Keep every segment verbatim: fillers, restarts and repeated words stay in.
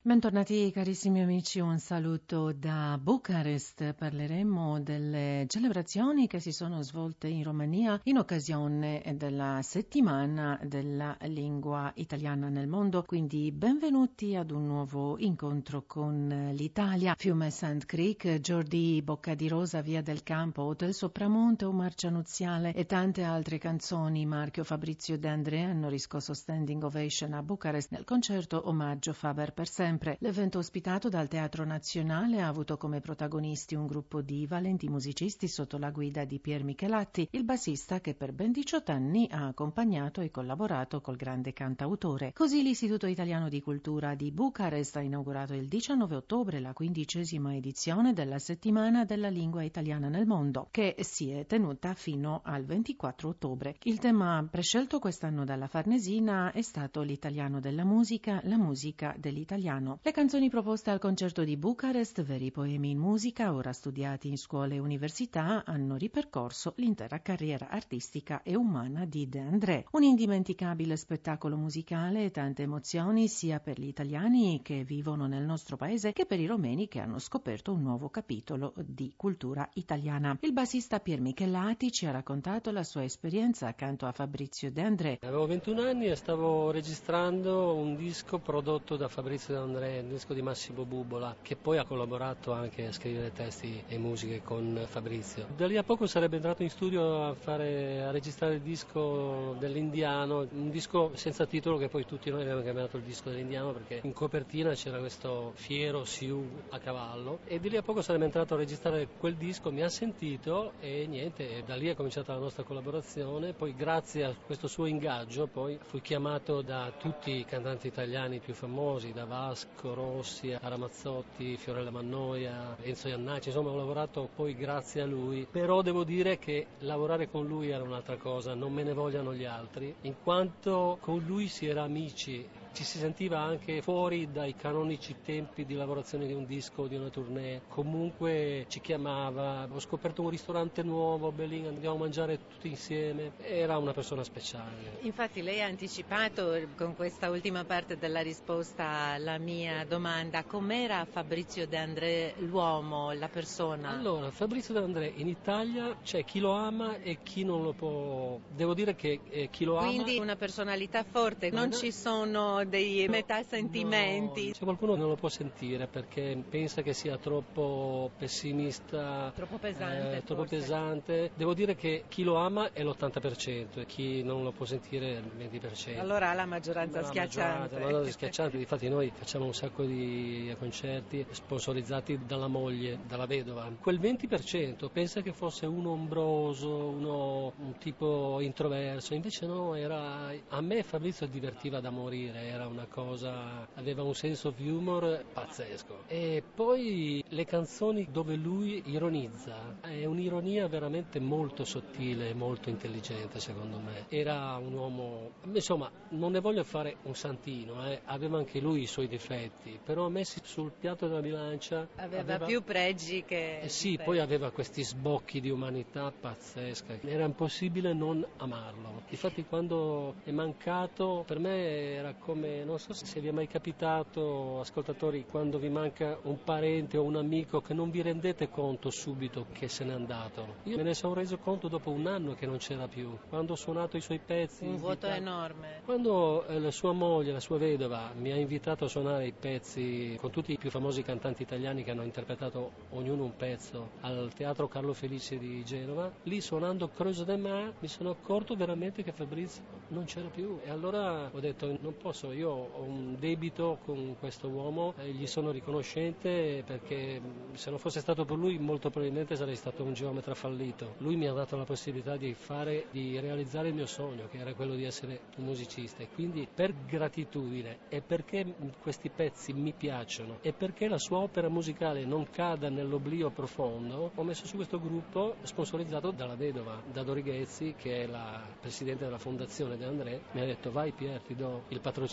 Bentornati carissimi amici, un saluto da Bucarest. Parleremo delle celebrazioni che si sono svolte in Romania in occasione della settimana della lingua italiana nel mondo, quindi benvenuti ad un nuovo incontro con l'Italia. Fiume Sand Creek, Jordi Bocca di Rosa, Via del Campo, Hotel Sopramonte, O Marcia Nuziale e tante altre canzoni. Marchio Fabrizio De André hanno riscosso standing ovation a Bucarest nel concerto Omaggio Faber per sempre. L'evento ospitato dal Teatro Nazionale ha avuto come protagonisti un gruppo di valenti musicisti sotto la guida di Pier Michelatti, il bassista che per ben diciotto anni ha accompagnato e collaborato col grande cantautore. Così l'Istituto Italiano di Cultura di Bucarest ha inaugurato il diciannove ottobre la quindicesima edizione della Settimana della Lingua Italiana nel Mondo, che si è tenuta fino al ventiquattro ottobre. Il tema prescelto quest'anno dalla Farnesina è stato l'italiano della musica, la musica dell'italiano. Le canzoni proposte al concerto di Bucarest, veri poemi in musica, ora studiati in scuole e università, hanno ripercorso l'intera carriera artistica e umana di De André. Un indimenticabile spettacolo musicale e tante emozioni sia per gli italiani che vivono nel nostro paese che per i romeni che hanno scoperto un nuovo capitolo di cultura italiana. Il bassista Pier Michelatti ci ha raccontato la sua esperienza accanto a Fabrizio De André. Avevo ventuno anni e stavo registrando un disco prodotto da Fabrizio De André, il disco di Massimo Bubola, che poi ha collaborato anche a scrivere testi e musiche con Fabrizio. Da lì a poco sarebbe entrato in studio a, fare, a registrare il disco dell'Indiano, un disco senza titolo che poi tutti noi abbiamo chiamato il disco dell'Indiano perché in copertina c'era questo fiero Sioux a cavallo, e di lì a poco sarebbe entrato a registrare quel disco, mi ha sentito e niente, e da lì è cominciata la nostra collaborazione. Poi grazie a questo suo ingaggio poi fui chiamato da tutti i cantanti italiani più famosi, da Vasco Rossi, Aramazzotti, Fiorella Mannoia, Enzo Iannacci, insomma ho lavorato poi grazie a lui, però devo dire che lavorare con lui era un'altra cosa, non me ne vogliano gli altri, in quanto con lui si era amici, ci si sentiva anche fuori dai canonici tempi di lavorazione di un disco, di una tournée, comunque ci chiamava, ho scoperto un ristorante nuovo, Belin, andiamo a mangiare tutti insieme, era una persona speciale. Infatti lei ha anticipato con questa ultima parte della risposta alla mia domanda, com'era Fabrizio De André l'uomo, la persona? Allora, Fabrizio De André in Italia c'è chi lo ama e chi non lo può, devo dire che eh, chi lo Quindi ama... Quindi una personalità forte, non no, ci sono dei no, metà sentimenti. No, c'è qualcuno che non lo può sentire perché pensa che sia troppo pessimista, Troppo pesante. eh, troppo forse. pesante. Devo dire che chi lo ama è l'ottanta per cento e chi non lo può sentire è il venti per cento. Allora ha la maggioranza la schiacciante. La maggioranza schiacciante, difatti noi facciamo un sacco di concerti sponsorizzati dalla moglie, dalla vedova. Quel venti per cento pensa che fosse uno ombroso, uno un tipo introverso, invece no, era, a me Fabrizio divertiva da morire, era una cosa, aveva un senso of humor pazzesco. E poi le canzoni dove lui ironizza, è un'ironia veramente molto sottile e molto intelligente secondo me. Era un uomo, insomma, non ne voglio fare un santino, eh. Aveva anche lui i suoi difetti, però messi sul piatto della bilancia Aveva, aveva più pregi che... eh sì, poi aveva questi sbocchi di umanità pazzesca, era impossibile non amarlo. Infatti quando è mancato, per me era come, non so se vi è mai capitato, ascoltatori, quando vi manca un parente o un amico che non vi rendete conto subito che se n'è andato. Io me ne sono reso conto dopo un anno che non c'era più, quando ho suonato i suoi pezzi. Un vuoto invitato, enorme. Quando eh, la sua moglie, la sua vedova, mi ha invitato a suonare i pezzi con tutti i più famosi cantanti italiani che hanno interpretato ognuno un pezzo al Teatro Carlo Felice di Genova, lì suonando Creuse de Mar mi sono accorto veramente che Fabrizio non c'era più, e allora ho detto non posso, io ho un debito con questo uomo, eh, gli sono riconoscente perché se non fosse stato per lui molto probabilmente sarei stato un geometra fallito. Lui mi ha dato la possibilità di fare, di realizzare il mio sogno, che era quello di essere un musicista, e quindi per gratitudine e perché questi pezzi mi piacciono e perché la sua opera musicale non cada nell'oblio profondo, ho messo su questo gruppo sponsorizzato dalla vedova, da Dori Ghezzi, che è la presidente della fondazione De André. Mi ha detto vai Pier, ti do il patrocinio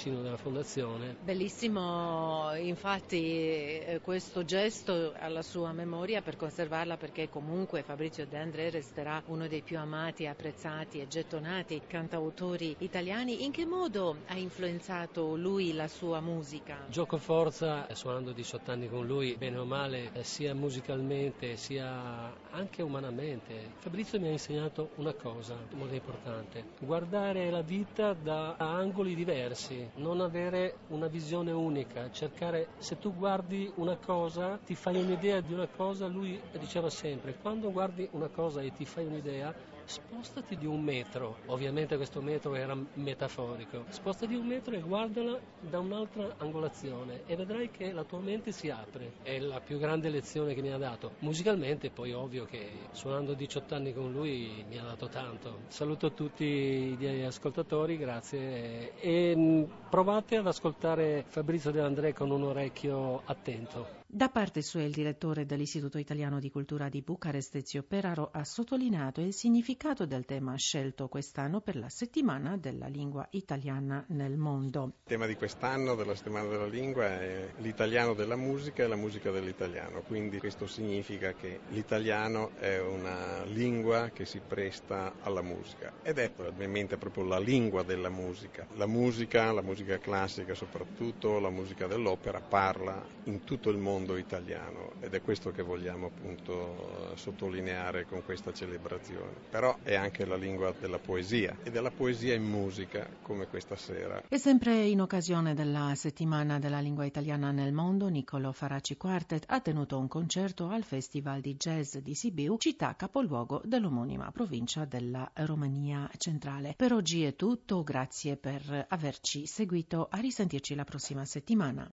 vicino della fondazione. Bellissimo infatti eh, questo gesto alla sua memoria per conservarla, perché comunque Fabrizio De André resterà uno dei più amati, apprezzati e gettonati cantautori italiani. In che modo ha influenzato lui la sua musica? Gioco forza, suonando diciotto anni con lui, bene o male, sia musicalmente sia anche umanamente. Fabrizio mi ha insegnato una cosa molto importante: guardare la vita da angoli diversi, non avere una visione unica, cercare, se tu guardi una cosa, ti fai un'idea di una cosa, lui diceva sempre, quando guardi una cosa e ti fai un'idea, spostati di un metro, ovviamente questo metro era metaforico, spostati di un metro e guardala da un'altra angolazione e vedrai che la tua mente si apre. È la più grande lezione che mi ha dato. Musicalmente poi ovvio che suonando diciotto anni con lui mi ha dato tanto. Saluto tutti gli ascoltatori, grazie, e provate ad ascoltare Fabrizio De André con un orecchio attento. Da parte sua il direttore dell'Istituto Italiano di Cultura di Bucarest, Ezio Peraro, ha sottolineato il significato del tema scelto quest'anno per la settimana della lingua italiana nel mondo. Il tema di quest'anno della settimana della lingua è l'italiano della musica e la musica dell'italiano, quindi questo significa che l'italiano è una lingua che si presta alla musica ed è probabilmente proprio la lingua della musica. La musica, la musica classica soprattutto, la musica dell'opera parla in tutto il mondo italiano ed è questo che vogliamo appunto sottolineare con questa celebrazione. Però è anche la lingua della poesia e della poesia in musica, come questa sera. E sempre in occasione della settimana della lingua italiana nel mondo, Niccolò Faraci Quartet ha tenuto un concerto al Festival di Jazz di Sibiu, città capoluogo dell'omonima provincia della Romania centrale. Per oggi è tutto, grazie per averci seguito, a risentirci la prossima settimana.